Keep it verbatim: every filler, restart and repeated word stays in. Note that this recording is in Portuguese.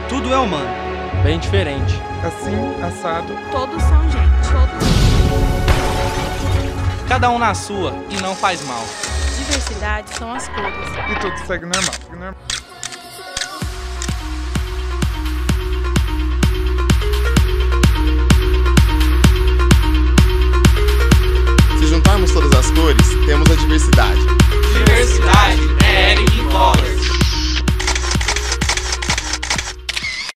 tudo é humano. Bem diferente. Assim, assado. Todos são gente. Todos. Cada um na sua e não faz mal. Diversidade são as cores. E tudo segue normal. normal. Se juntarmos todas as cores, temos a diversidade. Diversidade